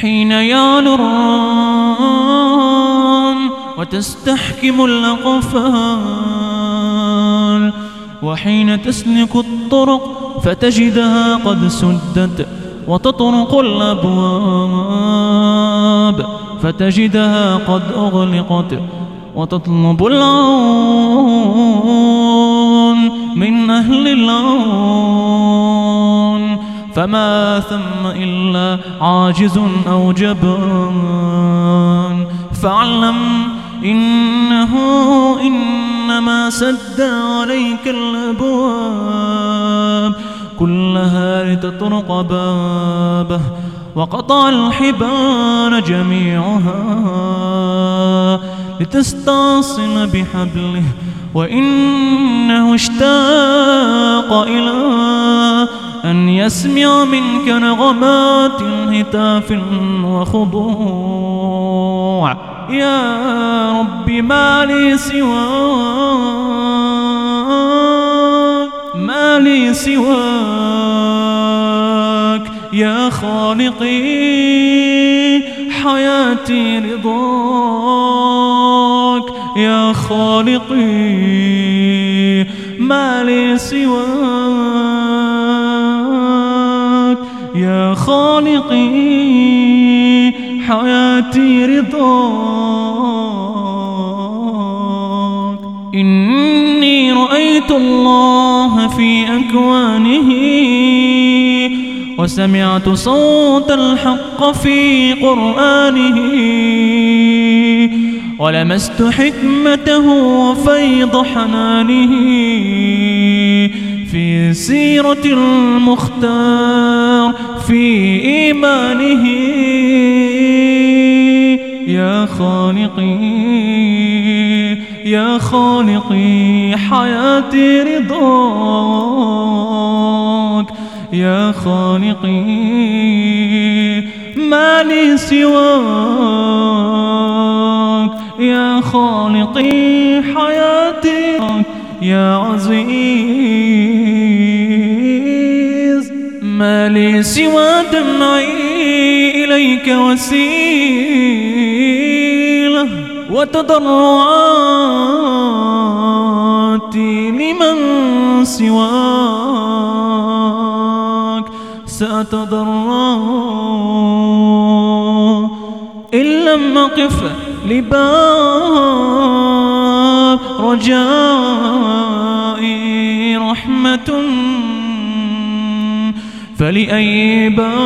حين يعلو الرام وتستحكم الأقفال، وحين تسلك الطرق فتجدها قد سدت، وتطرق الأبواب فتجدها قد أغلقت، وتطلب العون من أهل العون، فما ثم إلا عاجز أو جبان. فاعلم إنه إنما سد عليك الأبواب كلها لتطرق بابه، وقطع الحبال جميعها لتستعصم بحبله، وإنه اشتاق إلى أن يسمع منك نغمات هتاف وخضوع. يا رب ما لي سواك، ما لي سواك يا خالقي، حياتي رضاك يا خالقي، ما لي سواك يا خالقي، حياتي رضاك. إني رأيت الله في أكوانه، وسمعت صوت الحق في قرآنه، ولمست حكمته وفيض حنانه في سيرة المختار في إيمانه. يا خالقي يا خالقي، حياتي رضاك يا خالقي، ما لي سواك يا خالقي، حياتي يا عزيز، ما لي سوى دمعي إليك وسيلة، وتضرعاتي لمن سواك سأتضرع، إن لم أقف لباب رجائي رحمة، فلأي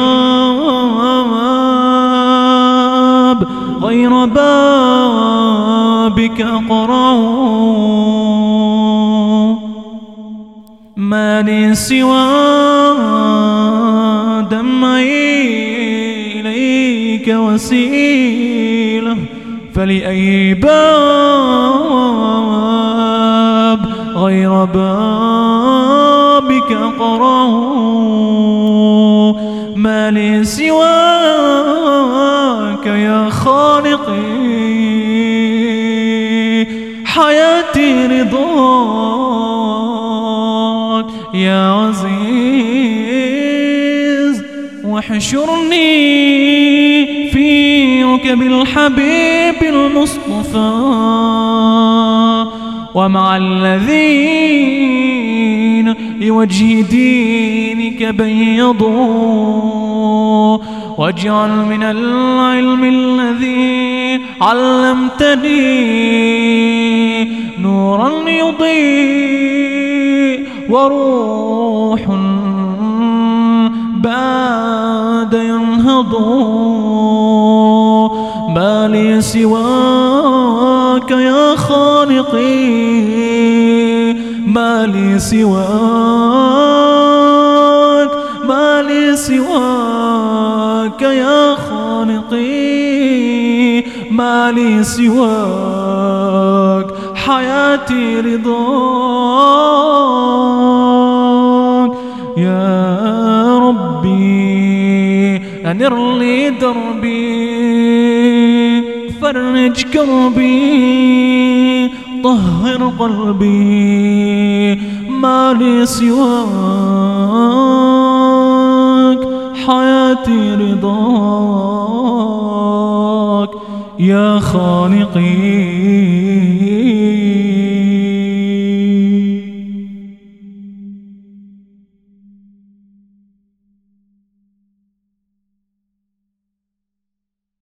باب غير بابك أقرع. ما لي سوى دمعي إليك وسيلة، فلأي باب غير بابك أقرع. ما لي سواك يا خالقي، حياتي رضاك يا عزيز، واحشرني في ركب الحبيب المصطفى، ومع الذين لوجه دينك بيضوا، واجعل من العلم الذي علمتني نورا يضيء، وروح باد ينهض. ما لي سواك يا خالقي، ما لي سواك، ما لي سواك يا خالقي، ما لي سواك، حياتي رضاك. يا ربي أنر لي دربي، فرج كربي، طهر قلبي، ما لي سواك، حياتي رضاك. يا خالقي